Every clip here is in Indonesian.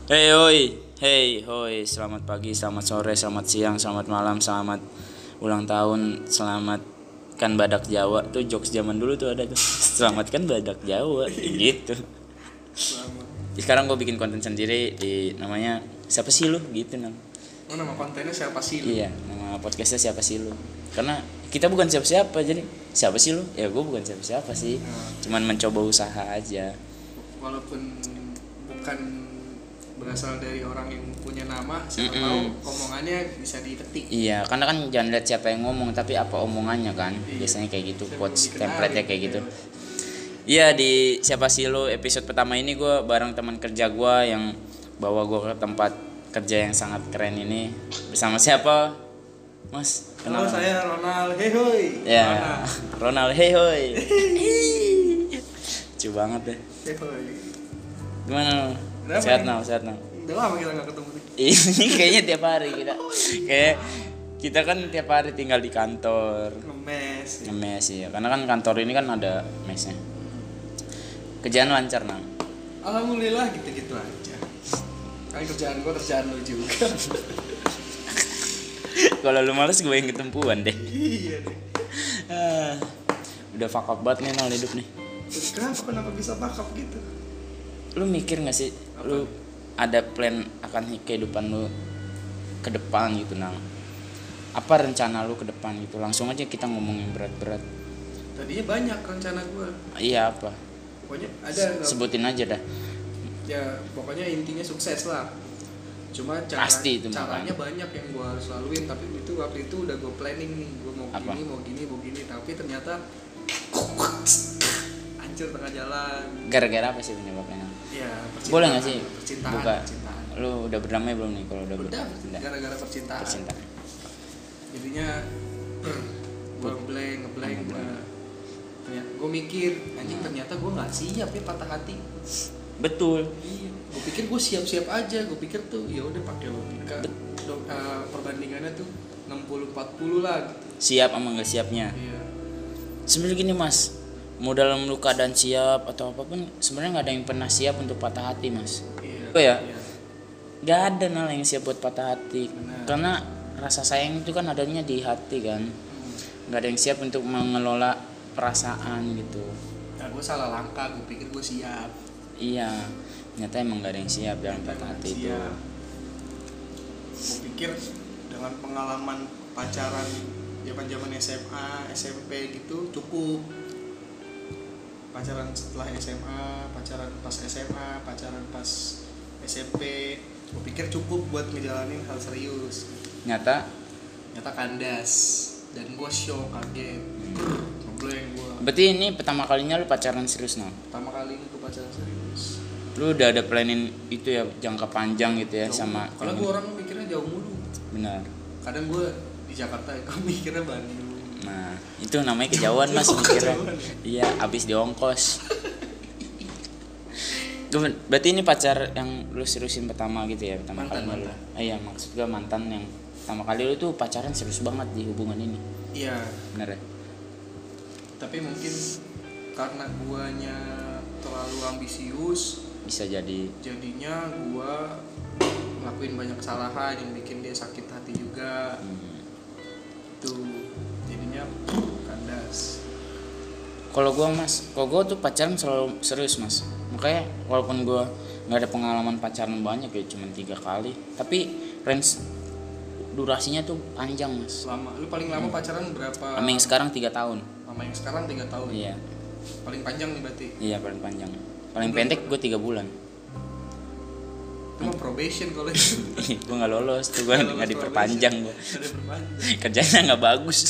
Hey hoi, hey hoi, selamat pagi, selamat sore, selamat siang, selamat malam, selamat ulang tahun, selamatkan badak Jawa. Tuh jokes zaman dulu tuh ada tuh. Selamatkan badak Jawa, gitu. Selamat. Sekarang gue bikin konten sendiri di namanya siapa sih lu gitu nam. Oh, nama kontennya siapa sih lu? Iya, nama podcastnya siapa sih lu. Karena kita bukan siapa-siapa, jadi siapa sih lu? Ya gue bukan siapa-siapa sih. Cuman mencoba usaha aja. Walaupun bukan berasal dari orang yang punya nama, siapa tahu omongannya bisa dipetik. Iya, karena kan jangan lihat siapa yang ngomong, tapi apa omongannya kan. Iya. Biasanya kayak gitu, Siapa quotes dikenalin, template-nya kayak gitu. ya. Iya, di siapa sih lo episode pertama ini gue bareng teman kerja gue yang bawa gue ke tempat kerja yang sangat keren ini. Bersama siapa? Mas, Halo, kenal? saya Ronald. Hey hoi. Ya, Ronald. Hey hoi. Lucu banget deh. Hey hoi. Gimana? Kenapa Sehat nih? now, sehat now. Udah lama kita nggak ketemu nih. Ini kayaknya tiap hari kita. Kayak kita kan tiap hari tinggal di kantor. Ngemes. Ngemes ya, karena kan kantor ini kan ada mesnya. Kerjaan lancar nang. Alhamdulillah gitu-gitu aja. Kan kerjaan gua kerjaan lu juga. Kalau lu males gue yang ketempuan deh. Iya deh. Ah, udah fuck up banget nih nol hidup nih. Kenapa bisa bakap gitu? Lu mikir gak sih? Lu ada plan akan kehidupan lu ke depan gitu nang? Apa rencana lu ke depan gitu? Langsung aja kita ngomongin berat-berat. Tadinya banyak rencana gua. Iya apa? Pokoknya ada. Sebutin aja dah. Ya pokoknya intinya sukses lah. Cuma Pasti itu caranya makanya. banyak yang gue harus laluin, tapi itu waktu itu udah gue planning nih, gue mau Apa? gini, tapi ternyata hancur tengah jalan. Gara-gara apa sih penyebabnya? Ya percintaan. Boleh gak sih Percintaan. buka? Percintaan. Lu udah berdamai belum nih kalau udah Udah, bercinta? gara-gara percintaan. Percintaan. Jadinya gue ngeblank. Gue mikir, anjing ternyata gue nggak siap ya patah hati. Betul. Iya, gue pikir gue siap-siap aja. Gue pikir tuh ya udah pakai logika. Perbandingannya tuh 60-40 lah gitu. Siap sama nggak siapnya. Iya. Sebenarnya gini mas, mau dalam lu keadaan siap atau apapun, sebenarnya nggak ada yang pernah siap untuk patah hati mas. Iya. Oh ya, Iya. nggak ada nal yang siap buat patah hati. Benar. Karena rasa sayang itu kan adanya di hati kan. Nggak ada yang siap untuk mengelola perasaan gitu. Nah, gue salah langkah. Gue pikir gue siap. Iya, ternyata emang nggak ada yang siap dalam patah hati itu. Gue pikir dengan pengalaman pacaran zaman SMA, SMP gitu cukup. Pacaran setelah SMA, pacaran pas SMA, pacaran pas SMP, gue pikir cukup buat ngejalanin hal serius. Nyata, Ternyata kandas dan gue shock, kaget, ngeblank gue. berarti ini pertama kalinya lu pacaran serius nal? Pertama kali gue pacaran serius. Lu udah ada planning itu ya jangka panjang gitu ya Jauh. sama? Karena gue orang mikirnya jauh mulu. Benar. Kadang gue di Jakarta, gue mikirnya Bandung. Nah, itu namanya kejauhan mas mikirnya. Iya, abis diongkos. Berarti ini pacar yang lu seriusin pertama gitu ya, pertama Mantan, kali lu. mantan. Iya, maksud gue mantan yang pertama kali lu tuh pacaran serius banget di hubungan ini. Iya, Bener ya? tapi mungkin karena guanya terlalu ambisius, Bisa jadi. jadinya gua ngelakuin banyak kesalahan yang bikin dia sakit hati juga. Tuh, jadinya kandas. Kalau gue mas, kalau gue tuh pacaran selalu serius mas. Makanya walaupun gue nggak ada pengalaman pacaran banyak ya, cuma 3 kali. Tapi range durasinya tuh panjang mas. Lama, lu paling lama pacaran berapa? Sama yang sekarang 3 tahun. Sama yang sekarang 3 tahun. Iya, Paling panjang nih berarti. iya paling panjang. Paling pendek gue 3 bulan. Itu mah probation kalau itu. Gue nggak lolos tuh, gue Nggak nggak lolos diperpanjang gue. Ada perpanjang. Kerjanya nggak bagus.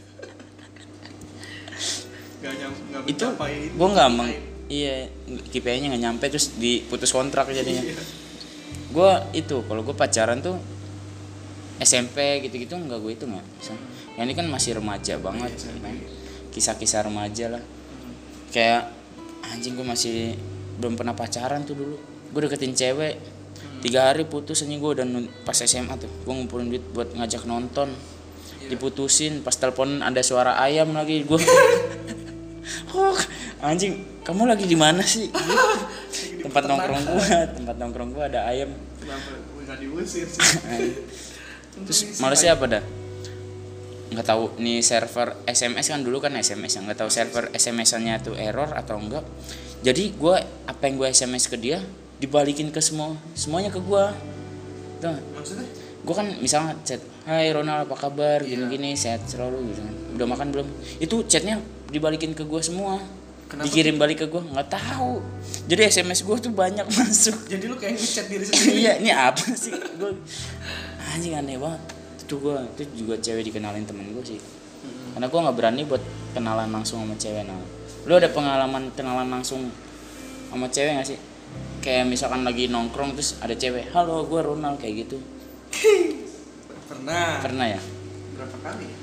Nggak Itu mencapai gue nggak KPI. KPI-nya nggak nyampe, terus diputus kontrak jadinya. Iya. Gue itu kalau gue pacaran tuh SMP gitu-gitu nggak gue itu nggak. Ya ini kan masih remaja banget, Iya, SMP. kan? Kisah-kisah remaja lah. Kayak anjing gue masih belum pernah pacaran tuh dulu. Gue deketin cewek 3 hari putus aja gue, dan pas SMA tuh gue ngumpulin duit buat ngajak nonton. Iya. Diputusin, pas telepon ada suara ayam lagi gue. Oh, anjing, kamu lagi di mana sih? tempat nongkrong gua ada ayam. Kenapa nggak diusir sih? Terus malesnya apa dah? Nggak tahu nih server SMS kan dulu kan SMS yang nggak tahu server SMS-nya tuh error atau enggak. Jadi gua apa yang gua SMS ke dia dibalikin ke semuanya ke gua. Tuh. Maksudnya? Gua kan misalnya chat, "Hai Ronald, apa kabar? Iya. Gini-gini, sehat selalu." gitu kan. Udah makan belum? Itu chatnya dibalikin ke gua semua. Kenapa? Dikirim balik ke gua, nggak tahu. Jadi SMS gua tuh banyak masuk. Jadi lu kayak ngechat diri sendiri. Iya, ini apa sih? Gua anjing aneh banget. Itu juga cewek dikenalin temen gue sih. Karena gue nggak berani buat kenalan langsung sama cewek. Nah, lu ada pengalaman kenalan langsung sama cewek nggak sih? Kayak misalkan lagi nongkrong terus ada cewek, "Halo, gue Ronald," kayak gitu. Pernah ya? Berapa kali ya?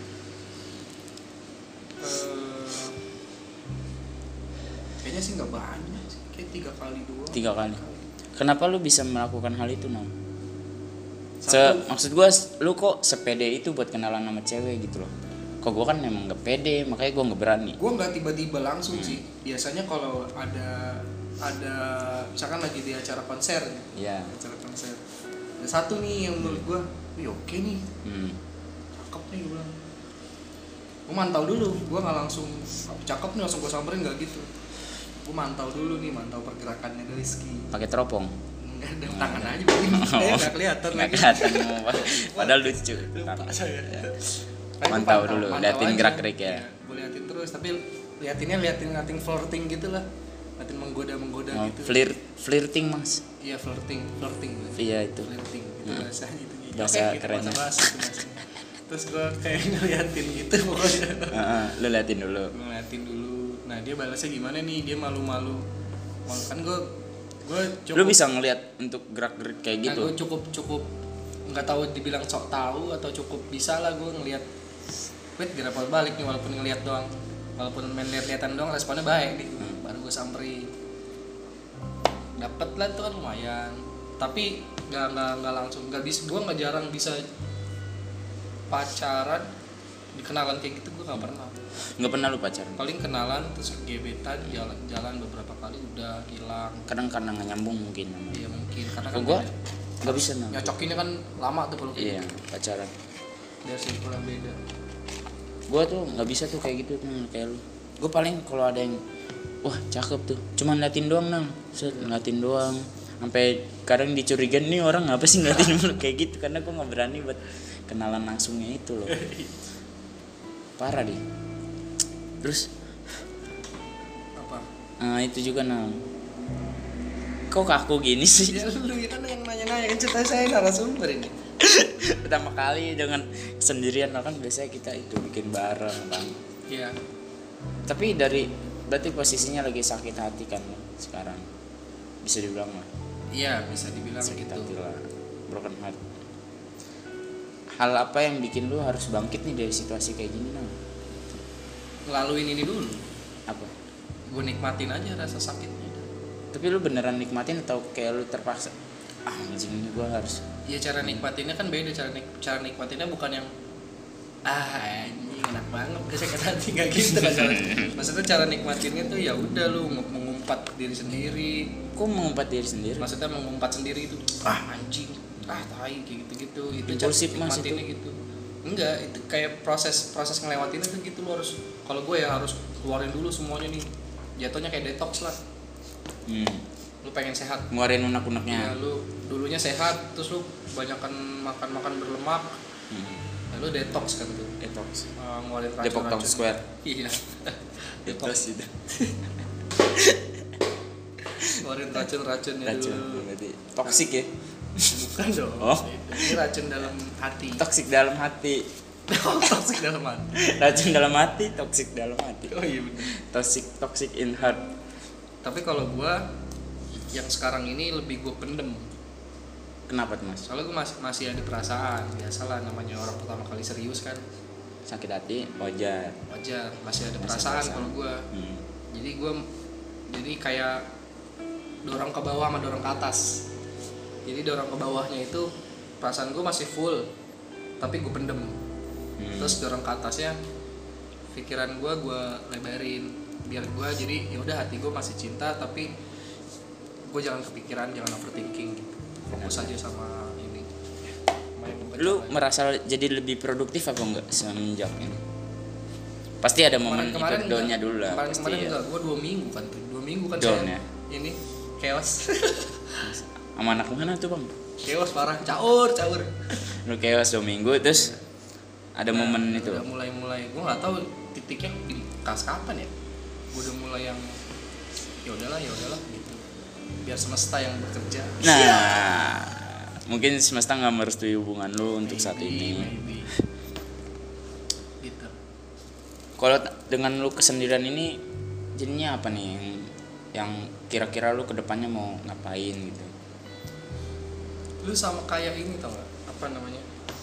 Kayaknya sih nggak banyak sih. Kayak 3 kali doang. 3 kali. Kenapa lu bisa melakukan hal itu, Nam? Satu. Maksud gue, lu kok sepede itu buat kenalan sama cewek gitu loh. Kok gue kan emang gak pede, makanya gue gak berani. Gue nggak tiba-tiba langsung sih. Biasanya kalau ada misalkan lagi di acara konser ya. Iya. Acara konser. Ada satu nih yang menurut gue, wih oke nih, cakep nih gue bilang. Gue mantau dulu, gue nggak langsung cakep nih langsung gue samperin, nggak gitu. Gue mantau dulu nih, mantau pergerakannya Rizky. Pakai teropong. Enggak ada tangan aja begini. Nggak kelihatan Nggak lagi. kelihatan mau. Padahal lucu. Lupa saya. Ya. Kayak Mantau gua dulu, mantau liatin aja. gerak-gerik ya. Gue liatin terus, tapi liatin flirting gitu lah. Liatin menggoda Oh, gitu. flirting mas. Iya flirting. Iya itu. Flirting itu bahasanya itu. Bahasa Oke, gitu, kerennya. bahasanya. Terus gue kayak ngeliatin gitu pokoknya. Lu liatin dulu. Gue ngeliatin dulu. Nah dia balasnya gimana nih? Dia malu-malu. Kan gue cukup. Lu bisa ngeliat untuk gerak-gerik kayak gitu. Gue cukup nggak tahu dibilang sok tahu atau cukup bisa lah gue ngelihat. Wait, dia dapat balik nih walaupun ngelihat doang. Walaupun main lihat-lihatan doang responnya baik nih. Baru gue samperin. Dapet lah tuh kan lumayan. Tapi nggak langsung, nggak bisa. Gue nggak jarang bisa pacaran, dikenalan kayak gitu gue nggak pernah. Nggak pernah lu pacaran. Paling kenalan terus gebetan jalan beberapa kali udah hilang. Kadang karena nggak nyambung mungkin. Iya mungkin karena Kalau kan gua beda. nggak bisa nang. Nyocokinnya kan lama tuh kalau Iya gitu. pacaran. Dari circle yang beda. Gua tuh nggak bisa tuh kayak gitu kayak lu. Gua paling kalau ada yang wah cakep tuh, cuman liatin doang nang, liatin doang. Sampai kadang dicurigain nih orang ngapa sih ngeliatin mulu kayak gitu, karena gua nggak berani buat kenalan langsungnya itu loh. Parah deh. Terus Apa? itu juga nang. Kok kaku gini sih? Ya lu kan yang nanya-nanya kan cerita saya narasumber ini. Pertama kali dengan sendirian kan biasanya kita itu bikin bareng kan. Iya. Tapi berarti posisinya lagi sakit hati kan sekarang, bisa dibilang lah Iya bisa dibilang sakit gitu. hati lah, broken heart. Hal apa yang bikin lu harus bangkit nih dari situasi kayak gini nang? Ngelaluin ini dulu. Apa? Gue nikmatin aja rasa sakitnya. Tapi lu beneran nikmatin atau kayak lu terpaksa? Anjing ini gua harus. Ya cara nikmatinnya kan beda, cara nikmatinnya bukan yang anjing enak banget gak sakit hati, nggak gitu lah cara. Maksudnya cara nikmatinnya tuh ya udah lu mengumpat diri sendiri. Kok mengumpat diri sendiri? Maksudnya mengumpat sendiri itu anjing tai kayak gitu itu Impulsif, cara Mas, nikmatinnya gitu. Enggak, itu kayak proses ngelewatinnya tuh gitu, lu harus, kalau gue ya harus keluarin dulu semuanya nih, jatuhnya kayak detox lah. Lu pengen sehat, Ngeluarin ya unek-uneknya. lu dulunya sehat terus lu banyakan makan berlemak, ya lu detox kan tuh. Detox. Ngeluarin Depok Town racun-racun. Square. Iya. Detox itu. Ngeluarin racun-racunnya Racun. dulu. Berarti toksik ya. Bukan dong. Oh. Ini racun dalam hati. Toksik dalam hati. Toxic dalam hati. Racun dalam hati, toksik dalam hati. Oh iya benar. Toxic in heart. Tapi kalau gua yang sekarang ini lebih gua pendem. Kenapa tuh mas? Soalnya gua masih ada perasaan, biasalah namanya orang pertama kali serius kan. Sakit hati wajar. Wajar, masih ada Masih perasaan perasaan. kalau gua. Jadi kayak dorong ke bawah sama dorong ke atas. Jadi dorong ke bawahnya itu perasaan gua masih full, tapi gua pendem. Terus dorong ke atasnya pikiran gua lebarin biar gua jadi ya udah hati gua masih cinta tapi gue jangan kepikiran, jangan overthinking gitu. Fokus aja sama ini. Lu merasa jadi lebih produktif apa enggak semenjak ini? Pasti ada momen itu down-nya dulu lah. Kemarin enggak, gue 2 minggu kan tuh. 2 minggu kan Down saya ya? ini chaos. Sama anak mana tuh bang? Chaos parah, caur. Lu chaos 2 minggu terus ada momen itu. Udah mulai gue nggak tahu titiknya kapan ya. Gue udah mulai yang ya udahlah gitu. Biar semesta yang bekerja. Nah, mungkin semesta nggak merestui hubungan lu untuk saat ini. Maybe. Gitu. Kalau dengan lu kesendirian ini jadinya apa nih yang kira-kira lu kedepannya mau ngapain gitu? Lu sama kayak ini tau gak? Apa namanya?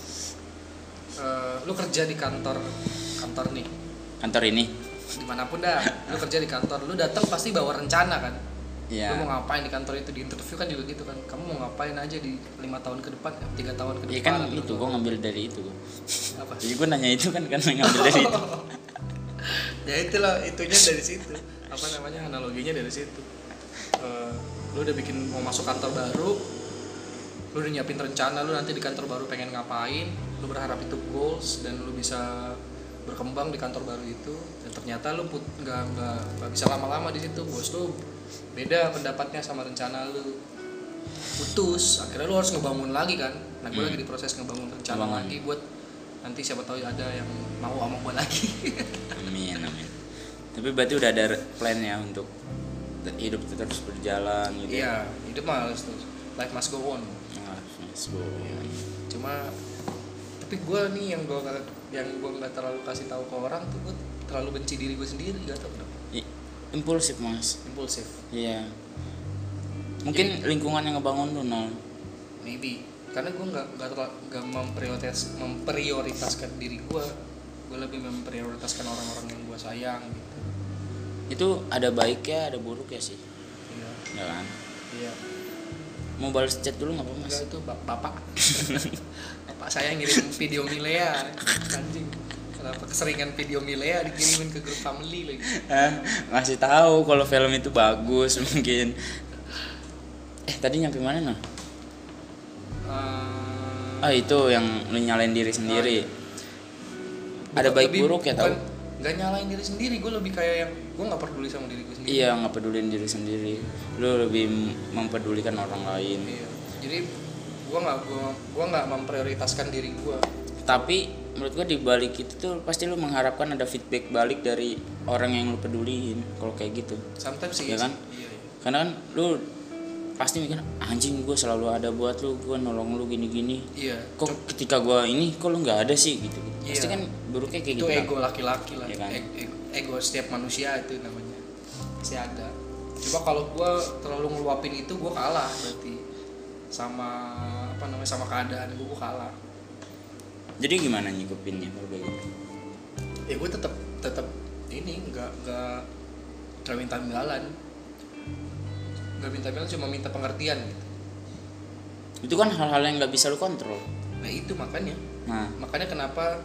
Lu kerja di kantor nih. Kantor ini? Dimanapun dah. Lu kerja di kantor. Lu datang pasti bawa rencana kan? Iya. Lu mau ngapain di kantor itu, di interview kan juga gitu kan. Kamu mau ngapain aja di 5 tahun ke depan, 3 tahun ke depan. Iya kan itu gua ngambil dari itu. Apa? Jadi gua nanya itu kan karena ngambil dari itu. Ya itulah, itunya dari situ. Apa namanya, analoginya dari situ. Lu udah bikin mau masuk kantor baru, lu udah nyiapin rencana lu nanti di kantor baru pengen ngapain, lu berharap itu goals dan lu bisa berkembang di kantor baru itu, dan ternyata lu nggak bisa lama-lama di situ, bos lu beda pendapatnya sama rencana lu, putus, akhirnya lu harus ngebangun lagi kan. Nah gue lagi di proses ngebangun rencana lagi buat nanti siapa tahu ada yang mau sama gue lagi. Amin. Tapi berarti udah ada plan ya untuk hidup terus berjalan gitu. Iya, hidup mah harus terus, life must go on. Cuma tapi gue nih yang gue nggak terlalu kasih tahu ke orang tuh, gue terlalu benci diri gue sendiri, gak tau kenapa. Impulsif mas. Impulsif. Iya. Mungkin lingkungan yang ngebangun lu nol. Maybe karena gue nggak memprioritaskan diri gue lebih memprioritaskan orang-orang yang gue sayang gitu. Itu ada baiknya ada buruk ya sih. Iya. Ya kan. Iya. Mau balas chat dulu nggak apa mas? Enggak, itu bapak. Bapak saya ngirim video Milea, anjing. Kenapa keseringan video Milea dikirimin ke grup family lagi? Ngasih tahu kalau film itu bagus mungkin. Tadi nyampe mana nah? Itu yang lu nyalain diri sendiri. Ada baik buruk ya tau? Gak nyalain diri sendiri, gue lebih kayak yang gue nggak peduli sama diri gue sendiri. Iya, nggak pedulin diri sendiri. Lu lebih mempedulikan orang lain. Iya. Jadi gue nggak memprioritaskan diri gue. Tapi menurut gue di balik itu tuh pasti lu mengharapkan ada feedback balik dari orang yang lu pedulin. Kalau kayak gitu. Sometimes sih. Ya kan? Iya. Karena kan lu pasti mikir anjing gue selalu ada buat lu, gue nolong lu gini-gini. Iya. Kok ketika gue ini kok lu nggak ada sih gitu. Iya. Pasti kan buruknya kayak itu gitu. Itu ego laki-laki lah. Ya kan? Ego setiap manusia itu namanya. Pasti ada. Coba kalau gue terlalu ngeluapin itu, gue kalah berarti sama sama keadaan gue kalah. Jadi gimana nyikupinnya kalau begitu? Ya gue tetap ini nggak minta imbalan. Nggak minta imbalan, cuma minta pengertian gitu. Itu kan hal-hal yang nggak bisa lu kontrol. Nah itu makanya. Nah makanya kenapa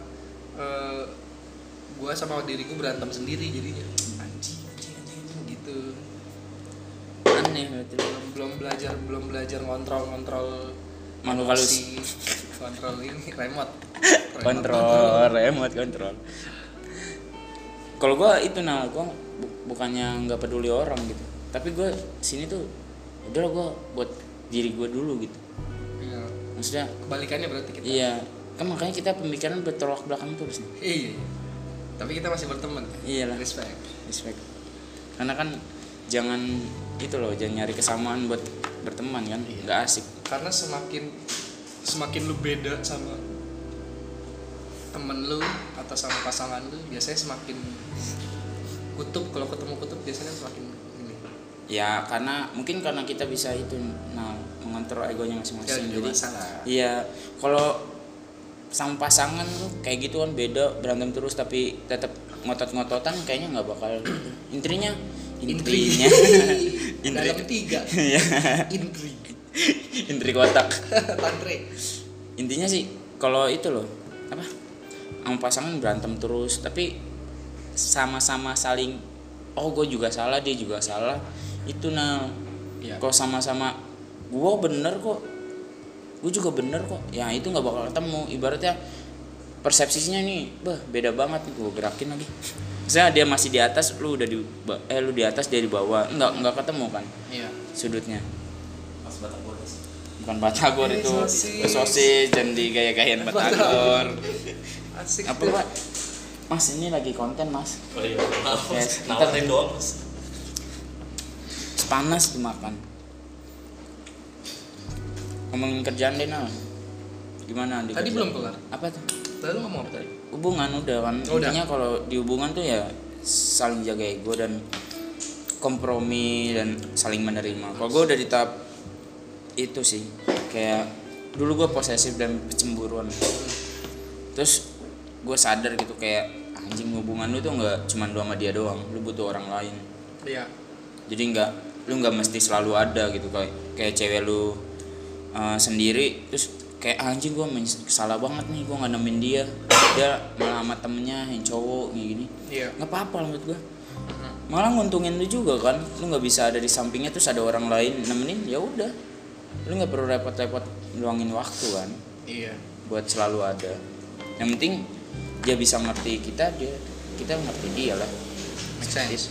gue sama diri gue berantem sendiri jadinya. Anjing gitu. aneh berarti. belum belajar ngontrol makhluk halus. Kontrol ini remote kontrol. Kalau gue itu gue bukannya nggak peduli orang gitu, tapi gue sini tuh udahlah gue buat diri gue dulu gitu. Iya. Maksudnya kebalikannya berarti kita. Iya, kan makanya kita pemikiran bertolak belakang terus nih. Iya. Tapi kita masih berteman. Iyalah. Respect. Karena kan jangan itu loh, jangan nyari kesamaan buat berteman kan, nggak asik. Karena semakin lu beda sama temen lu atau sama pasangan lu, biasanya semakin kutub. Kalau ketemu kutub biasanya semakin ini. Ya karena kita bisa itu mengontrol egonya masing-masing. Ya, jadi masalah. Iya, kalau sama pasangan tuh kayak gitu kan beda, berantem terus tapi tetap ngotot-ngototan kayaknya nggak bakal. intrinya dalam 3 Iya. Intri kotak. Tantre. Intinya sih kalau itu loh apa, sama pasangan berantem terus tapi sama-sama saling gue juga salah dia juga salah, itu Iya. Kalau sama-sama gue bener kok, gue juga bener kok, ya itu nggak bakal ketemu. Ibaratnya persepsinya nih beda banget nih, gue gerakin lagi. Misalnya dia masih di atas, lu udah lu di atas, dia di bawah, nggak ketemu kan Iya. sudutnya. Pas Batagor. Bukan Batagor itu sosis. sosis dan digaya-gayain Batagor. Asik. Apa tuh. Pak? Mas ini lagi konten Mas. Oh iya, maaf. Yes, Nawarin doang, Mas. Panas dimakan. Ngomongin kerjaan deh Nal. Gimana di Tadi kerjaan? belum kelar. Apa tuh? Tadi lu ngomong apa tadi? Hubungan udah kan. Oh, udah. Intinya kalau di hubungan tuh ya saling jaga ego dan kompromi dan saling menerima. Kalau gue udah di tahap itu sih, kayak dulu gue posesif dan cemburuan. Terus gue sadar gitu kayak anjing, hubungan lu tuh nggak cuma lu sama dia doang, lu butuh orang lain. Iya. Jadi lu nggak mesti selalu ada gitu, kayak cewek lu sendiri terus kayak anjing gue salah banget nih, gue nggak nemenin dia malah sama temennya yang cowok kayak gini. Iya. Nggak apa-apa menurut gue, malah nguntungin lu juga kan. Lu nggak bisa ada di sampingnya terus ada orang lain nemenin, ya udah lu nggak perlu repot-repot luangin waktu kan Iya. buat selalu ada. Yang penting dia bisa ngerti kita ngerti dia lah. Make sense.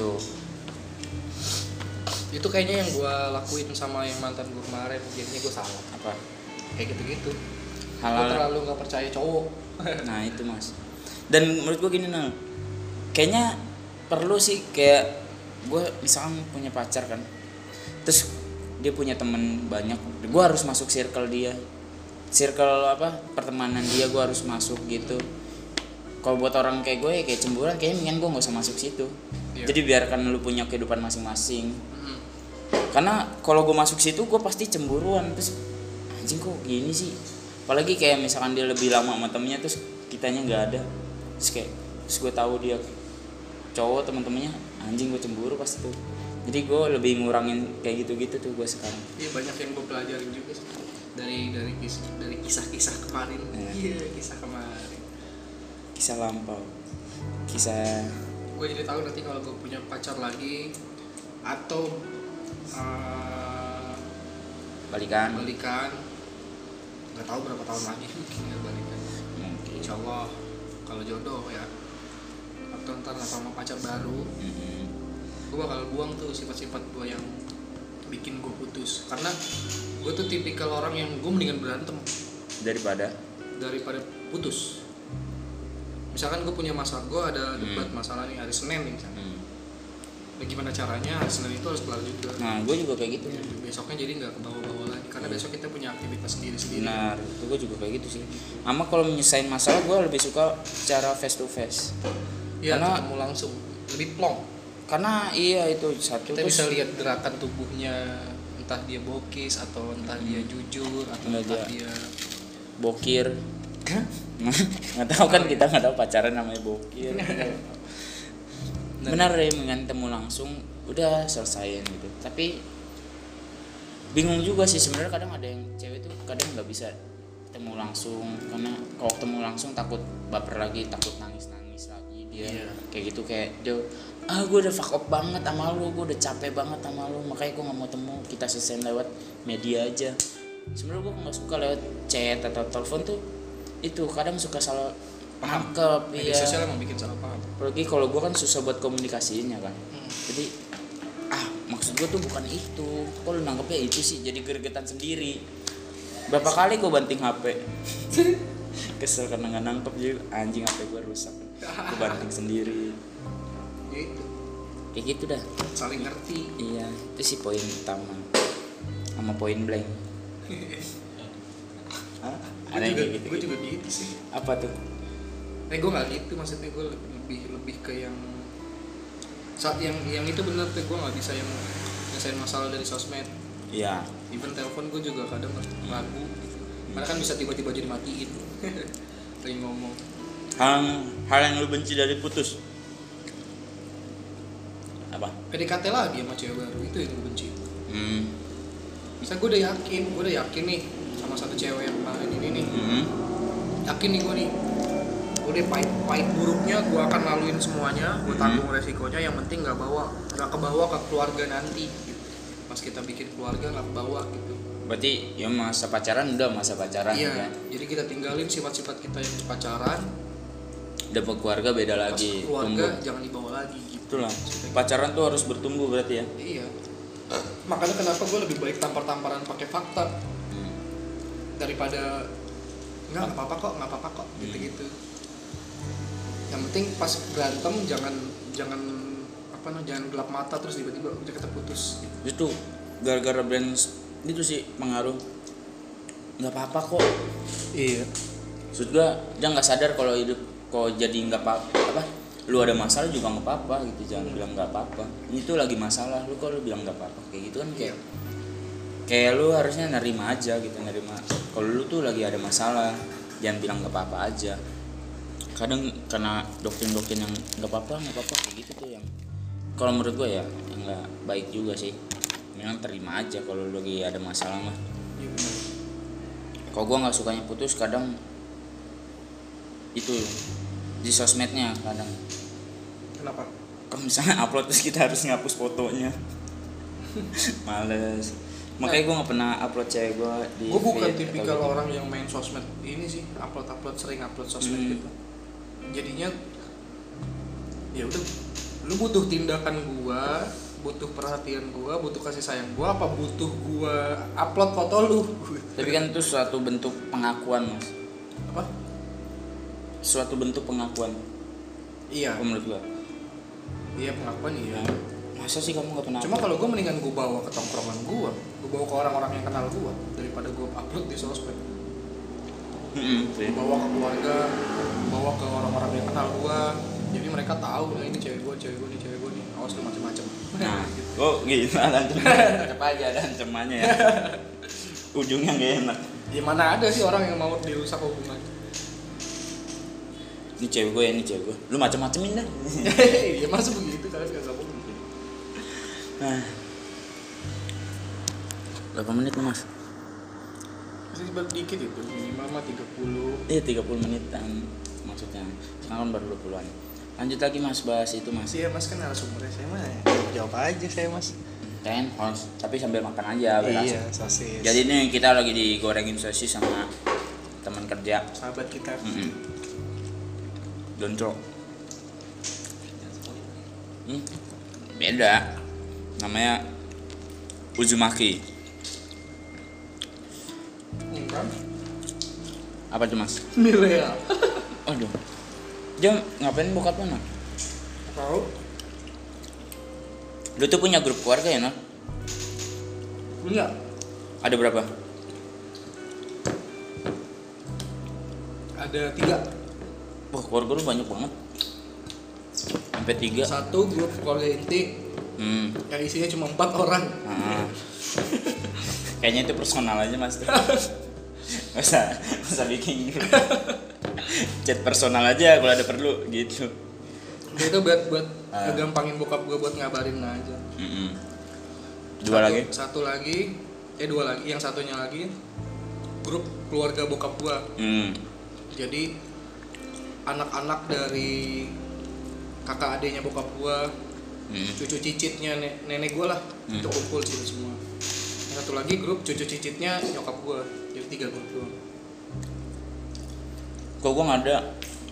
Itu kayaknya yang gue lakuin sama yang mantan gue kemarin, jadinya gue salah. Apa Kayak gitu-gitu. Gue hal-hal terlalu nggak percaya cowok. nah itu Mas. Dan menurut gue gini Nal, kayaknya perlu sih, kayak gue misalkan punya pacar kan, terus dia punya temen banyak, gue harus masuk circle dia, circle pertemanan dia, gue harus masuk gitu. Kalau buat orang kayak gue kayak cemburuan, kayaknya mendingan gue nggak usah masuk situ. Iya. Jadi biarkan lu punya kehidupan masing-masing. Karena kalau gue masuk situ gue pasti cemburuan, terus anjing kok gini sih. Apalagi kayak misalkan dia lebih lama sama temennya terus kitanya nggak ada, terus gue tahu dia cowok teman-temannya, anjing gue cemburu pasti tuh. Jadi gue lebih ngurangin kayak gitu-gitu tuh gue sekarang. Iya, banyak yang gue pelajarin juga sih. dari kisah-kisah kemarin. Iya, kisah kemarin. Kisah lampau, kisah Gue jadi tahu nanti kalau gue punya pacar lagi atau balikan nggak tahu berapa tahun lagi mungkin ya balikan. mungkin. Insya Allah kalau jodoh ya, atau ntar sama pacar baru, gue bakal buang tuh sifat-sifat gue yang bikin gue putus. Karena gue tuh tipikal orang yang gue mendingan berantem daripada putus. Misalkan gue punya masalah, gue ada debat masalah nih hari Senin nih misalnya. Nah, gimana caranya hari Senin itu harus kelar juga. Nah gue juga kayak gitu. Besoknya jadi nggak ke bawah-bawah lagi, karena besok kita punya aktivitas sendiri-sendiri. Benar, itu gue juga kayak gitu sih. Sama kalau menyelesain masalah gue lebih suka cara face to face. Iya, Karena ketemu langsung, lebih plong. Karena iya itu satu Kita terus bisa lihat gerakan tubuhnya, entah dia bokis atau entah dia jujur atau Enggak, entah dia bokir. Nggak tahu kan, kita nggak tahu pacaran namanya bokir. Benar deh, dengan temu langsung udah selesaiin gitu. Tapi bingung juga sih sebenarnya, kadang ada yang cewek tuh kadang nggak bisa temu langsung karena kalau temu langsung takut baper lagi, takut nangis lagi dia. Iya. Kayak gitu, kayak dia gue udah fuck up banget sama lu, gue udah capek banget sama lu, makanya gue nggak mau temu, kita selesaiin lewat media aja. Sebenarnya gue nggak suka lewat chat atau telepon tuh, itu kadang suka salah nangkep. media Iya. sosial emang bikin salah paham. Apalagi kalau gue kan susah buat komunikasinya kan. Jadi maksud gue tuh bukan itu, kok lu nangkepnya itu sih, jadi gregetan sendiri. Berapa kali gue banting HP kesel karena nggak nangkep, jadi anjing HP gue rusak, gue banting sendiri. Gitu. Kayak gitu dah. Saling ngerti. Iya, itu sih poin utama sama poin blank. Ada yang kayak gitu. Gue juga gitu sih. Apa tuh? Gue nggak gitu, maksudnya gue lebih ke yang saat yang itu bener tuh, gue nggak bisa yang nyelesain masalah dari sosmed. Iya. Even telepon gue juga kadang ragu, karena kan bisa tiba-tiba jadi matiin. Lagi ngomong. Hal yang lu benci dari putus apa? PDKT lagi sama cewek baru, itu yang gue benci. Misalnya gue udah yakin nih sama satu cewek yang kemarin ini nih. Yakin nih gue nih, udah pahit buruknya gue akan laluin semuanya, gue tanggung resikonya, yang penting nggak ke bawah ke keluarga nanti gitu. pas kita bikin keluarga nggak kebawa gitu. Berarti ya masa pacaran udah masa pacaran Iya, ya. jadi kita tinggalin sifat-sifat kita yang pacaran. Udah keluarga beda Pas lagi. keluarga Tumbuh. jangan dibawa lagi gitu. Itulah. Pacaran tuh harus bertumbuh berarti ya. Iya. Makanya kenapa gue lebih baik tampar-tamparan pakai fakta daripada nggak apa-apa kok gitu-gitu. Yang penting pas berantem jangan gelap mata terus tiba-tiba udah kita putus. Itu gara-gara brand itu sih pengaruh. Nggak apa-apa kok. Iya. Maksud gua dia nggak sadar kalau hidup kok jadi nggak apa lu ada masalah juga nggak apa-apa gitu, jangan bilang nggak apa-apa. Itu lagi masalah lu kok lu bilang nggak apa-apa kayak gitu kan kayak lu harusnya nerima aja gitu, nerima kalau lu tuh lagi ada masalah, jangan bilang nggak apa-apa aja. Kadang karena doktrin yang nggak apa-apa kayak gitu tuh yang kalau menurut gue ya nggak baik juga sih. Memang terima aja kalau lu lagi ada masalah mah. Iya benar. Kalau gue nggak sukanya putus kadang itu di sosmednya kadang. Kenapa? Kalau misalnya upload terus kita harus ngapus fotonya. Males. Makanya gue nggak pernah upload cewek gue di. Gue bukan feed tipikal atau gitu. orang yang main sosmed ini sih, sering upload sosmed gitu. Jadinya ya udah, lu butuh tindakan gua, butuh perhatian gua, butuh kasih sayang gua, apa butuh gua upload foto lu? Tapi kan itu suatu bentuk pengakuan mas. Apa? Suatu bentuk pengakuan. Iya. Menurut gue. Iya pengakuan iya. Masa sih kamu nggak pernah? Cuma kalau gua mendingan gua bawa ke tongkrongan gua bawa ke orang-orang yang kenal gua daripada gua upload di sosmed. Bawa ke keluarga, bawa ke orang-orang yang kenal gua, jadi mereka tahu nah ini cewek gua nih, awas lu macam-macam. Nah, oh gitu ada ancamannya. Tetap aja ada ancamannya ya. Ujungnya nggak enak. Ya mana ada sih orang yang mau dirusak hubungan. Ini cewek gue ya, ini cewek gue. Lu macam-macamin dah. Ya masa begitu kalian gak mungkin. Nah. Berapa menit nih mas? Masih baru dikit itu, minimal mah 30. Iya 30 menitan maksudnya. Sekarang kan baru 20-an. Lanjut lagi mas, bahas itu mas. Masih ya mas kan narasumbernya saya mah jawab aja saya mas. Kan host, tapi sambil makan aja. Iya sosis. Jadi ini kita lagi digorengin sosis sama teman kerja. Sahabat kita. Doncok. Beda. Namanya Uzumaki. Enggak. Apa tuh mas? Milea. Aduh. Dia ngapain bokap lu nak? Tahu? Lu tuh punya grup keluarga ya nak? Punya. Ada berapa? Ada 3. Wah keluarga lu banyak banget. Sampai 3. Satu grup keluarga inti yang isinya cuma 4 orang. Kayaknya itu personal aja mas tuh. Masa bikin grup. Chat personal aja kalau ada perlu gitu. Itu buat ngegampangin bokap gue buat ngabarin aja. Dua lagi? Dua lagi. Yang satunya lagi grup keluarga bokap gue. Jadi anak-anak dari kakak adeknya bokap gue, cucu cicitnya nenek gue lah, itu kumpul sini semua. Yang satu lagi grup cucu cicitnya nyokap gue, jadi 3 grup doang. Kok gue nggak ada?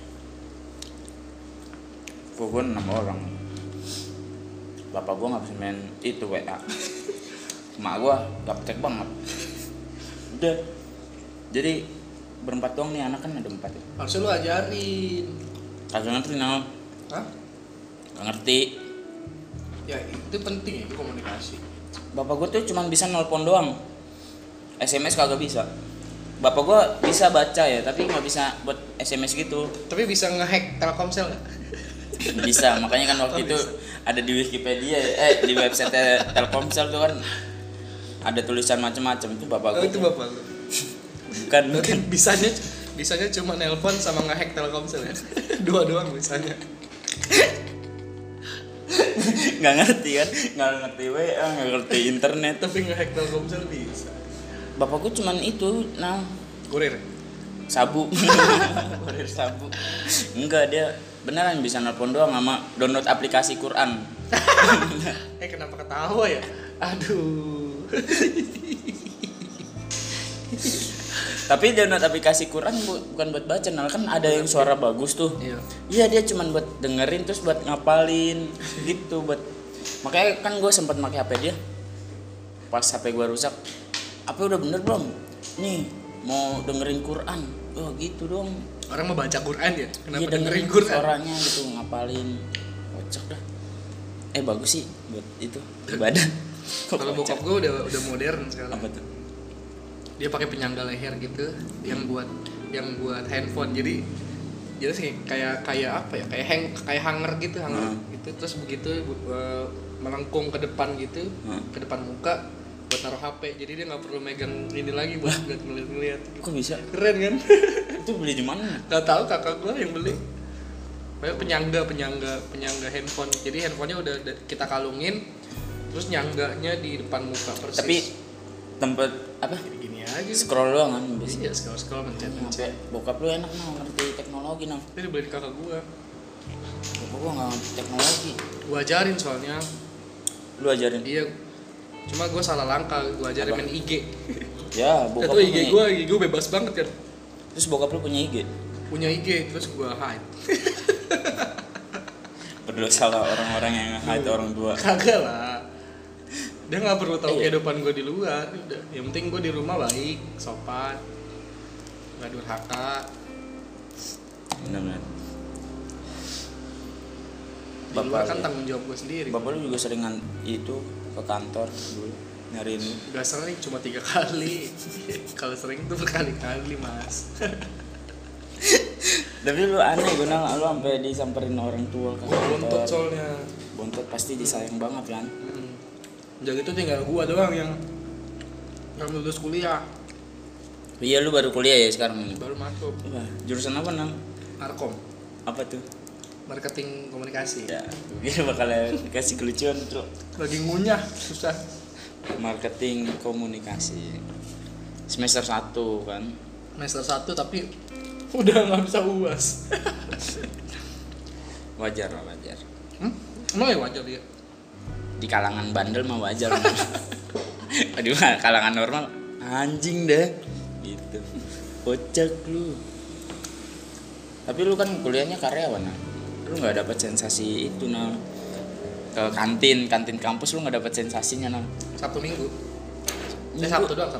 Kok gue 6 orang. Bapak gue nggak bisa main itu WA. Emak gue gaptek banget. Udah. Jadi berempat doang nih, anak kan ada 4 ya. Harusnya lu ajarin. Kagak ngerti nal. Hah? Gak ngerti. Ya itu penting ya, itu komunikasi. Bapak gue tuh cuma bisa nelpon doang. SMS kagak bisa. Bapak gue bisa baca ya, tapi nggak bisa buat SMS gitu. Tapi bisa ngehack Telkomsel nggak? Bisa, makanya kan waktu itu ada di Wikipedia di website Telkomsel tuh kan ada tulisan macam-macam itu bapak gue. Oh itu bapak lu. Bukan. Bisanya cuma nelpon sama ngehack Telkomsel ya. Dua doang bisanya. Nggak ngerti kan, nggak ngerti WA, nggak ngerti internet. Tapi ngehack Telkomsel bisa. Bapak gue cuman itu, Kurir. sabu. Kurir sabu. Enggak, dia beneran bisa nelpon doang sama download aplikasi Quran. Kenapa ketawa ya? Aduh. Tapi download aplikasi Quran bukan buat baca, nah kan ada yang suara bagus tuh. Iya. Iya dia cuman buat dengerin terus buat ngapalin gitu buat. Makanya kan gue sempat pakai HP dia. Pas HP gue rusak, apa udah bener belum? Nih mau dengerin Quran. Oh gitu dong. Orang mau baca Quran ya? Kenapa Iya dengerin Quran? suaranya gitu ngapalin. Kocak dah. Bagus sih buat itu ibadah. Kalau bokap gue udah modern sekarang. Apa tuh? Dia pakai penyangga leher gitu yang buat handphone. Jadi sih kayak apa ya? Kayak hanger gitu, gitu. Terus begitu melengkung ke depan gitu, ke depan muka buat naruh HP. Jadi dia nggak perlu megang ini lagi buat ngeliat. Kok bisa? Keren kan? Itu beli di mana? Gak tahu, kakak gue yang beli. Kayak penyangga handphone. Jadi handphonenya udah kita kalungin, terus nyangganya di depan muka persis. Tapi tempat apa? Gini aja. Scroll doang kan bisa. Iya, scroll mencet. Sampai bokap lu enak ngerti teknologi nang. Itu dibeliin kakak gue. Bokap gua nggak ngerti teknologi. Gue ajarin soalnya. Lu ajarin? Iya. Cuma gue salah langkah. Gue ajarin main IG. Ya, bokap Itu lu IG gue bebas banget kan. Terus bokap lu punya IG? Punya IG, terus gue hide. Berdosa lah orang-orang yang hide orang tua. Kagak lah. Dia nggak perlu tahu kehidupan gue di luar. Udah. Yang penting gue di rumah baik, sopan, nggak durhaka. Benar-benar. Di luar kan tanggung jawab gue sendiri. Bapak lu juga seringan itu ke kantor dulu nyariin lu. Gak sering, cuma 3 kali. Kalau sering tuh berkali-kali mas. Tapi lu aneh Gunal, lu sampai disamperin orang tua ke Bontot kantor. soalnya. Bontot pasti disayang banget kan. Jadi itu tinggal gua doang yang lulus kuliah. Iya lu baru kuliah ya sekarang ini. Baru masuk. Wah, jurusan apa nang? Markom, Apa tuh? marketing komunikasi. Ya, gue bakal kasih kelucuan tuh. Lagi ngunyah, susah. Marketing komunikasi. Semester 1 kan. Semester 1 tapi udah nggak bisa UAS. Wajar lah, wajar. Emang ya wajar dia. Di kalangan bandel mah wajar. Aduh, kalangan normal anjing deh. Gitu. Kocak lu. Tapi lu kan kuliahnya karyawan, nah. Lu nggak dapat sensasi itu nah. Ke kantin kampus lu nggak dapat sensasinya nah. Sabtu Minggu. Minggu. Sabtu doang.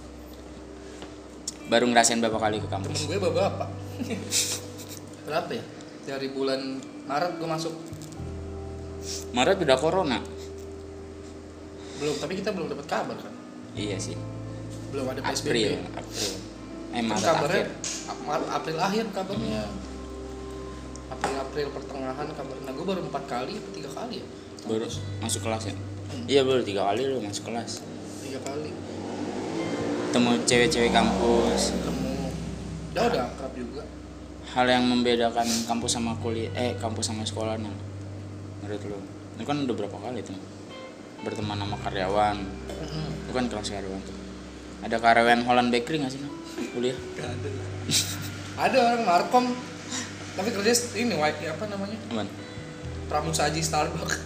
Baru ngerasain berapa kali ke Temen kampus? gue berapa? Berapa ya? Dari bulan Maret gue masuk. Maret udah corona. Belum, tapi kita belum dapat kabar kan. Iya sih. Belum ada PSBB. April. Kan Maret kabarnya akhir. April akhir kabarnya. April pertengahan kabar. Nah, gue baru 4 kali atau 3 kali ya? Baru masuk kelas ya? Iya baru 3 kali lu masuk kelas. 3 kali. Ketemu cewek-cewek kampus. Ketemu. Udah akrab juga. Hal yang membedakan kampus sama kampus sama sekolah nah, menurut lu? Lu kan udah berapa kali tuh berteman sama karyawan. Lu kan kelas karyawan tuh. Ada karyawan Holland Bakery nggak sih nah? Kuliah? Gak ada. Ada orang Markom tapi kerja ini apa namanya? Apaan? Pramusaji Starbucks.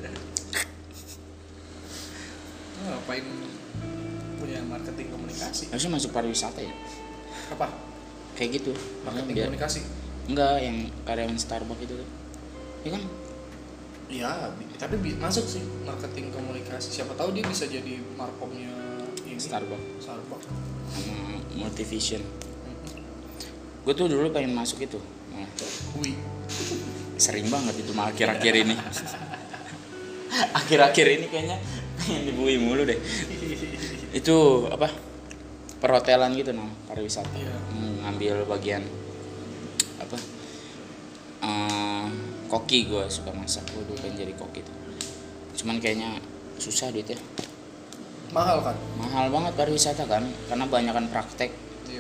Ngapain punya marketing komunikasi? Harusnya masuk pariwisata ya? Apa? Kayak gitu. Marketing Biar- komunikasi. Enggak, yang karyawan Starbucks itu tuh. Ya kan? Ya, tapi masuk sih marketing komunikasi. Siapa tahu dia bisa jadi markomnya ini. Starbucks Starbucks. sama Multivision. Gue tuh dulu pengen masuk itu. Nah, Wih. sering banget itu malah akhir-akhir ini. Akhir-akhir ini kayaknya pengen dibui mulu deh. Itu apa? Perhotelan gitu nah, pariwisata. Iya. Ngambil bagian apa? Koki gue suka masak. Gue dulu pengen jadi koki tuh. Cuman kayaknya susah duitnya. Mahal kan? Mahal banget pariwisata kan, karena banyakan praktek. Iya.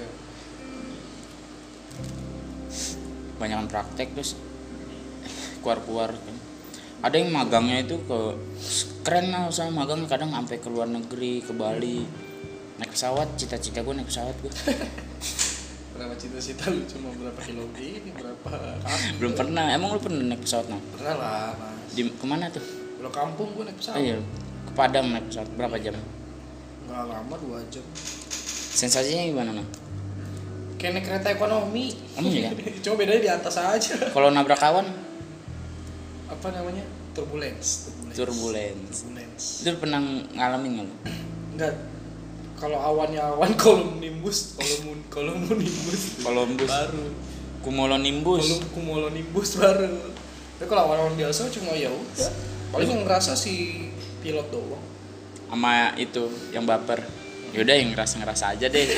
Banyakan praktek terus keluar kan. Ada yang magangnya itu keren lah usaha magang, kadang sampai ke luar negeri, ke Bali. Naik pesawat, cita-cita gue naik pesawat gue. Berapa cita-cita lu cuma berapa kilo ini, berapa kaki? Belum pernah. Emang lu pernah naik pesawat nah? Pernah lah, Mas. Di kemana tuh? Pulau kampung gue naik pesawat. Iya. Ke Padang naik pesawat berapa jam? Nggak lama, 2 jam. Sensasinya gimana nah? Kayak naik kereta ekonomi. Iya. Cuma bedanya di atas aja. Kalau nabrak awan? Apa namanya? Turbulence. Turbulence. Itu pernah ngalamin nggak lu? Enggak. Kalau awannya awan cumulonimbus, cumulonimbus baru. Cumulonimbus baru. Tapi kalau awan-awan biasa cuma ya udah. Paling yang ngerasa si pilot doang. Sama itu yang baper. Yaudah yang ngerasa aja deh.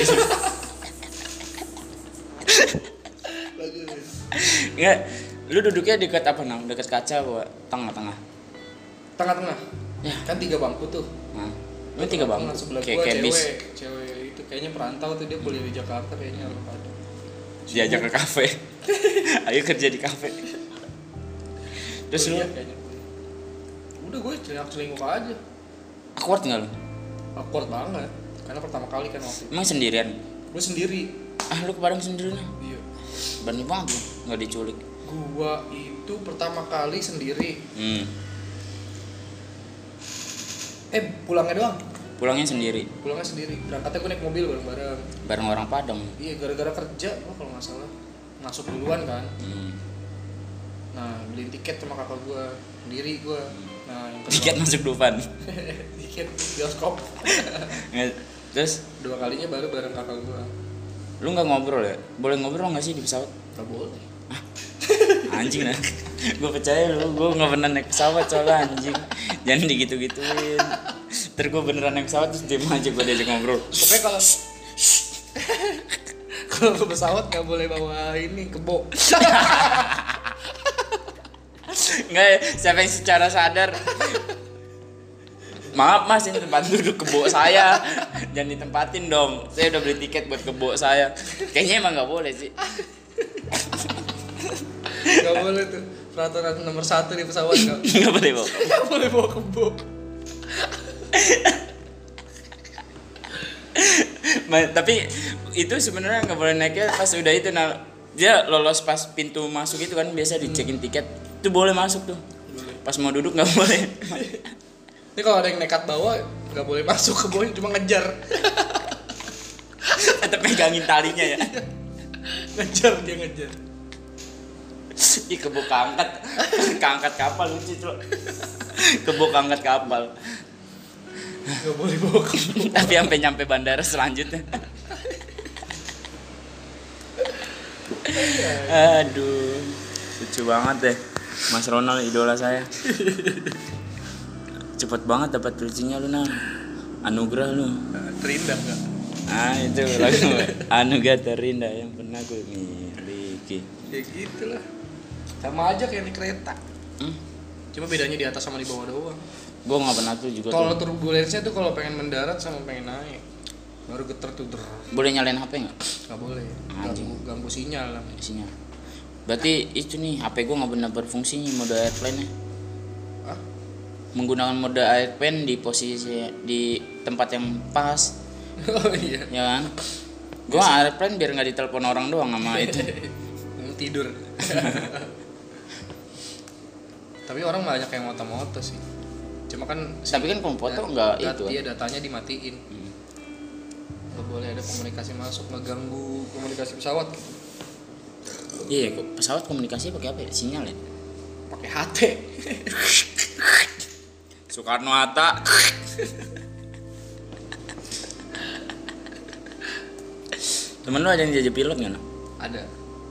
Enggak, lu duduknya dekat apa nang? Dekat kaca apa? Tengah-tengah. Tengah-tengah. Ya. Kan 3 bangku tuh. Nah, ini 3 bangku. Sebelah Kayak gua bis. cewek itu kayaknya perantau tuh, dia kuliah di Jakarta kayaknya orang Padang. Diajak ke kafe. Ayo kerja di kafe. Terus lu Kayaknya. Udah gue celingak-celinguk aja. awkward nggak lu? Awkward banget. Karena pertama kali kan waktu itu. Emang sendirian? Gue sendiri. Ah lu ke Padang sendiri nah? Iya. Berani banget lu, nggak diculik. Gua itu pertama kali sendiri. Pulangnya doang. Pulangnya sendiri. Pulangnya sendiri. Berangkatnya gue naik mobil bareng-bareng. Bareng orang Padang. Iya, gara-gara kerja gua kalau nggak salah. Masuk duluan kan. Nah, beliin tiket sama kakak gua, sendiri gua. Nah, yang kedua, Tiket masuk Dufan. tiket bioskop. Terus 2 kalinya baru bareng kakak gua. lu nggak ngobrol ya? Boleh ngobrol nggak sih di pesawat? Gak boleh. Anjing nah. Gue percaya lu, gue nggak pernah naik pesawat soalnya anjing. Jangan digitu-gituin. Terus gue beneran naik pesawat terus diem aja gue diajak ngobrol. Pokoknya kalau ke pesawat nggak boleh bawa ini kebo. Enggak ya, siapa yang secara sadar maaf mas, ini tempat duduk kebo saya, jangan ditempatin dong, saya udah beli tiket buat kebo saya. Kayaknya emang nggak boleh sih. Nggak boleh tuh, peraturan nomor 1 di pesawat Nggak boleh bawa. nggak boleh bawa kebo. Tapi itu sebenarnya nggak boleh naiknya pas udah itu nah, dia lolos pas pintu masuk itu kan biasa dicekin tiket itu boleh masuk tuh. Pas mau duduk nggak boleh. Ini kalau ada yang nekat bawa nggak boleh masuk ke bawah, cuma ngejar. Tetap megangin talinya ya. Ngejar, dia ngejar. Ih kebo keangkat kapal lucu tuh. Kebo keangkat kapal. Nggak boleh bawa kebo. Tapi sampai nyampe bandara selanjutnya. Aduh, lucu banget deh. Mas Ronald idola saya. Cepet banget dapat lucunya lu nah. Anugerah lu. Terindah nggak? Ah itu lagu anugerah terindah yang pernah gue miliki. Ya gitulah. Sama aja kayak di kereta. Cuma bedanya di atas sama di bawah doang. Gue nggak pernah tuh juga. Kalau tuh. turbulensinya tuh kalau pengen mendarat sama pengen naik. Baru getar tuh. Boleh nyalain HP nggak? Nggak boleh. Anjing. Ganggu sinyal lah. Isinya. Berarti itu nih HP gue nggak benar berfungsi mode airplane-nya. Hah? Menggunakan mode airplane di posisi di tempat yang pas. Oh iya. Ya kan? Gue airplane biar nggak ditelepon orang doang sama itu. Mau tidur. Tapi orang banyak yang moto-moto sih. Cuma kan Tapi kan kalau foto nggak itu. Iya, datanya dimatiin. Nggak boleh ada komunikasi masuk, ngeganggu komunikasi pesawat gitu. Iya, pesawat komunikasi pakai apa ya? Sinyal ya? Pakai HT. Soekarno Hatta. Temen lu ada yang jadi pilot nggak? Ada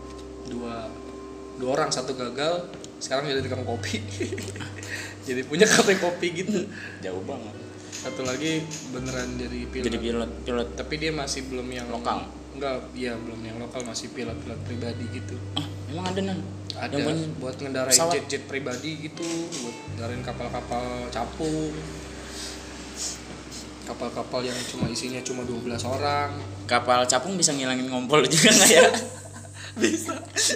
dua orang, satu gagal, sekarang jadi tukang kopi. Jadi punya kafe kopi gitu. Jauh banget. Satu lagi beneran jadi pilot. Jadi pilot. Tapi dia masih belum yang Lokal? Enggak, iya belum yang lokal, masih pilot pribadi gitu. Ah, emang ada nan? Ada Yang punya buat ngendarain pesawat? jet-jet pribadi gitu, buat ngendarain kapal-kapal capung. Kapal-kapal yang isinya cuma 12 orang. Kapal capung bisa ngilangin ngompol juga nggak ya? Bisa.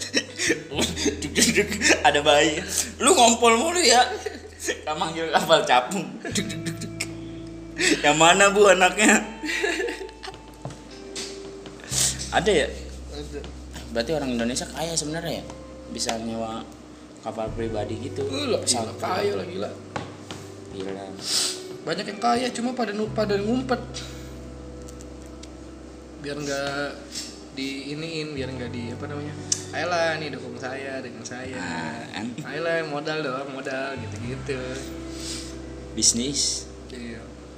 Duk, ada bayi. Lu ngompol mulu ya? Kamu manggil kapal capung. Yang mana bu anaknya? Ada ya? Ada. Berarti orang Indonesia kaya sebenarnya ya? Bisa nyewa kapal pribadi gitu. Lah, kaya lah gila. Gila. banyak yang kaya cuma pada ngumpet biar nggak biar nggak di apa namanya, ayolah nih dukung saya ayolah modal gitu bisnis. iya.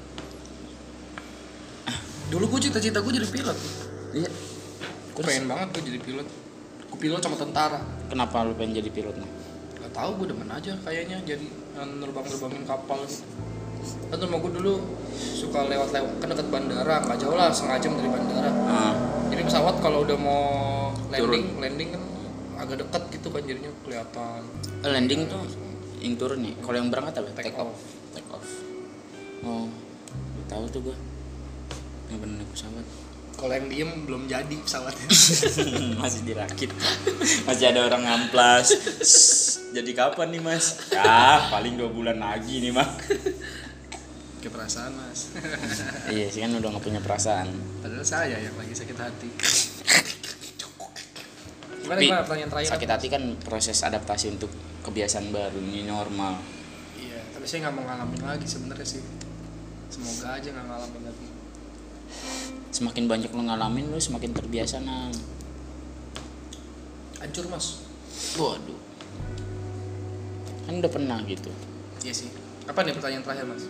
Dulu gue cita-cita gue jadi pilot. Iya. Gue pengen banget gue jadi pilot. Gue pilot sama tentara. Kenapa lu pengen jadi pilot nih? Gak tahu, gue demen aja kayaknya jadi nerbangin kapal gitu. Kan rumah gue dulu suka lewat kan dekat bandara, nggak jauh lah, setengah jam dari bandara. Jadi pesawat kalau udah mau landing kan agak dekat gitu kan, jadinya kelihatan. Landing tuh yang turun nih. Kalau yang berangkat apa? Take off. Oh, tahu tuh gua. Yang pernah naik pesawat. Kalau yang diem belum jadi pesawatnya. Masih dirakit. Masih ada orang ngamplas. Jadi kapan nih mas? Ya paling 2 bulan lagi nih mas. Kayak perasaan mas. Iya sih kan udah gak punya perasaan. Padahal saya yang lagi sakit hati. Tapi Gimana pertanyaan terakhir? sakit hati kan proses adaptasi untuk kebiasaan baru, ini normal. Iya, tapi saya nggak mau ngalamin lagi sebenarnya sih. Semoga aja nggak ngalamin lagi. Semakin banyak lo ngalamin, lo semakin terbiasa nang. Hancur mas. Waduh. Kan udah pernah gitu. Iya sih. Apa nih pertanyaan terakhir mas?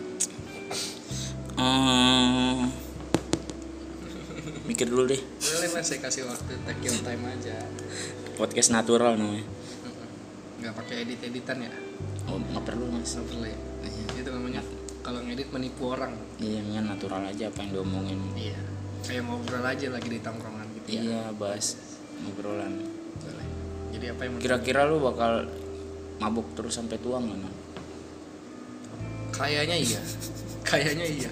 Mikir dulu deh. Boleh mas, saya kasih waktu, take your time aja. Podcast natural namanya. Nggak pakai editan ya? Oh nggak perlu mas. Nggak perlu ya. Itu namanya kalau ngedit menipu orang. Iya, kan natural aja apa yang diomongin. Iya. Kayak ngobrol aja lagi di tongkrongan gitu ya. Iya, bahas ngobrolan. Boleh. Jadi apa yang Kira-kira lu bakal mabuk terus sampai tua nggak nang? Kayaknya iya. Kayaknya iya.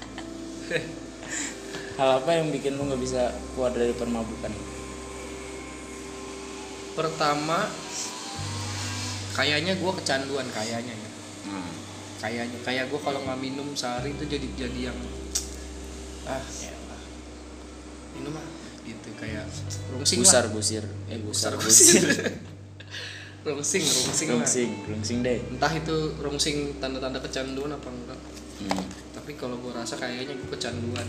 Hal apa yang bikin lu nggak bisa keluar dari permabukan? Pertama, kayaknya gue kecanduan kayaknya ya. Kayak gue kalau nggak minum sehari itu jadi yang elah. Minum mah gitu kayak rungsing lah. Busir. Rungsing deh. Entah itu rungsing tanda-tanda kecanduan apa enggak. Tapi kalau gue rasa kayaknya gue kecanduan.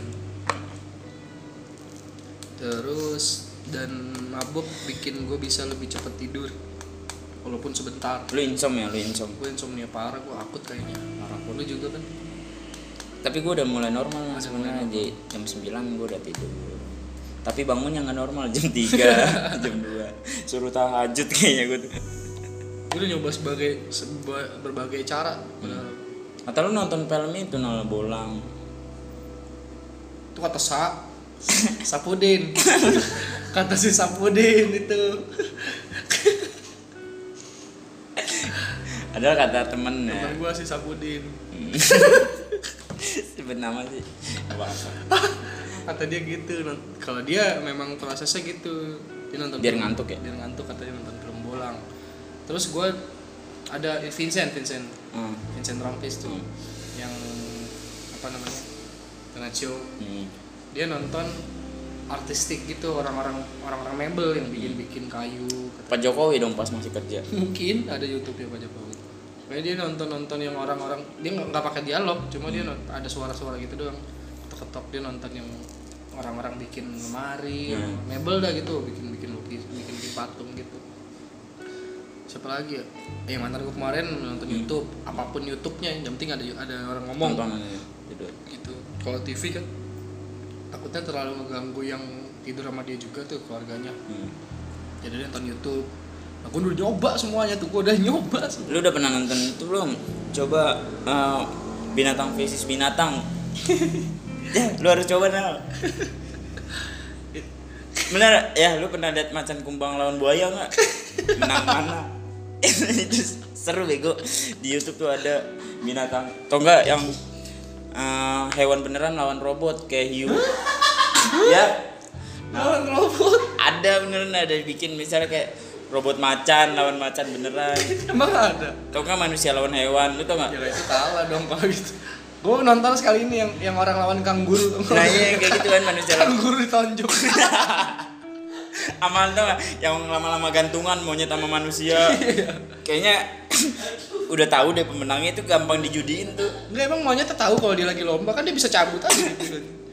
Terus dan mabuk bikin gue bisa lebih cepat tidur walaupun sebentar. Lu insomnia. Gue insomnia parah, gue akut kayaknya. Parah. Lu juga kan? Tapi gue udah mulai normal sebenarnya, di jam 9 gue udah tidur. Tapi bangunnya nggak normal, jam 3, jam 2. Suruh tahajud kayaknya gue tuh. Gue udah nyoba berbagai cara. Atau lu nonton film itu Nol Bolang? Itu kata Sapudin. Kata si Sapudin itu. Adalah kata temen ya. Temen gue si Sapudin. Sebut nama sih. Apa? Kata dia gitu. Kalau dia memang prosesnya gitu. Dia nonton Biar ngantuk ya? Biar ngantuk katanya nonton film bolang. Terus gue ada Vincent Rompis tuh. Yang apa namanya? Tonight Show. Dia nonton artistik gitu, orang-orang mebel yang bikin kayu. Pak Jokowi dong pas masih kerja. Mungkin ada YouTube ya Pak Jokowi. Kayak dia nonton yang orang-orang, dia nggak pakai dialog, cuma dia ada suara-suara gitu doang. Ketok dia nonton yang orang-orang bikin lemari, mebel dah gitu, bikin lukis, bikin patung gitu. Siapa lagi ya? Yang mantan gue kemarin nonton YouTube, apapun YouTube-nya, yang penting ada orang ngomong. Gitu. Kalau TV kan takutnya terlalu mengganggu yang tidur sama dia juga tuh keluarganya. Jadi dia nonton YouTube. Aku udah nyoba semuanya tuh, gue udah nyoba. Lu udah pernah nonton itu belum? Coba binatang versus binatang. Ya, lu harus coba Nal. Bener ya, lu pernah lihat macan kumbang lawan buaya nggak? Menang mana? Itu seru bego. Di YouTube tuh ada binatang. Atau enggak yang hewan beneran lawan robot kayak hiu. Ya. Lawan robot. Ada beneran, ada bikin misalnya kayak robot macan lawan macan beneran. Emang ada? Tau nggak manusia lawan hewan, lu tau nggak? Ya itu kalah dong kalau gitu. Gue nonton sekali ini yang orang lawan kanguru. Nah iya kayak gitu kan manusia lawan kanguru ditonjok. Amal tau nggak? Yang lama-lama gantungan monyet sama manusia. Kayaknya Udah tahu deh pemenangnya itu gampang dijudiin tuh. Enggak, emang monyet tahu kalau dia lagi lomba kan dia bisa cabut aja gitu.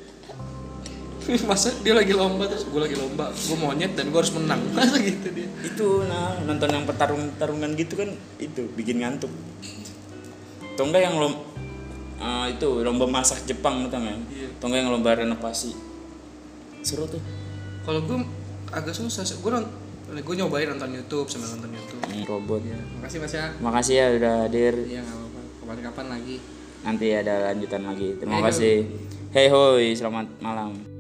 Masa dia lagi lomba terus gue lagi lomba, gue monyet dan gue harus menang. Masa gitu dia. Itu nonton yang pertarungan gitu kan itu bikin ngantuk. Atau enggak yang itu lomba masak Jepang tuh kan. Iya. Atau enggak yang lomba renovasi. Seru tuh. Kalau gue agak susah, gue nyobain nonton YouTube sama nonton YouTube. Robot. Ya, makasih Mas ya. Makasih ya udah hadir. Iya nggak apa-apa. Kapan-kapan lagi. Nanti ada lanjutan lagi. Terima Hey, kasih. Hey hoi, selamat malam.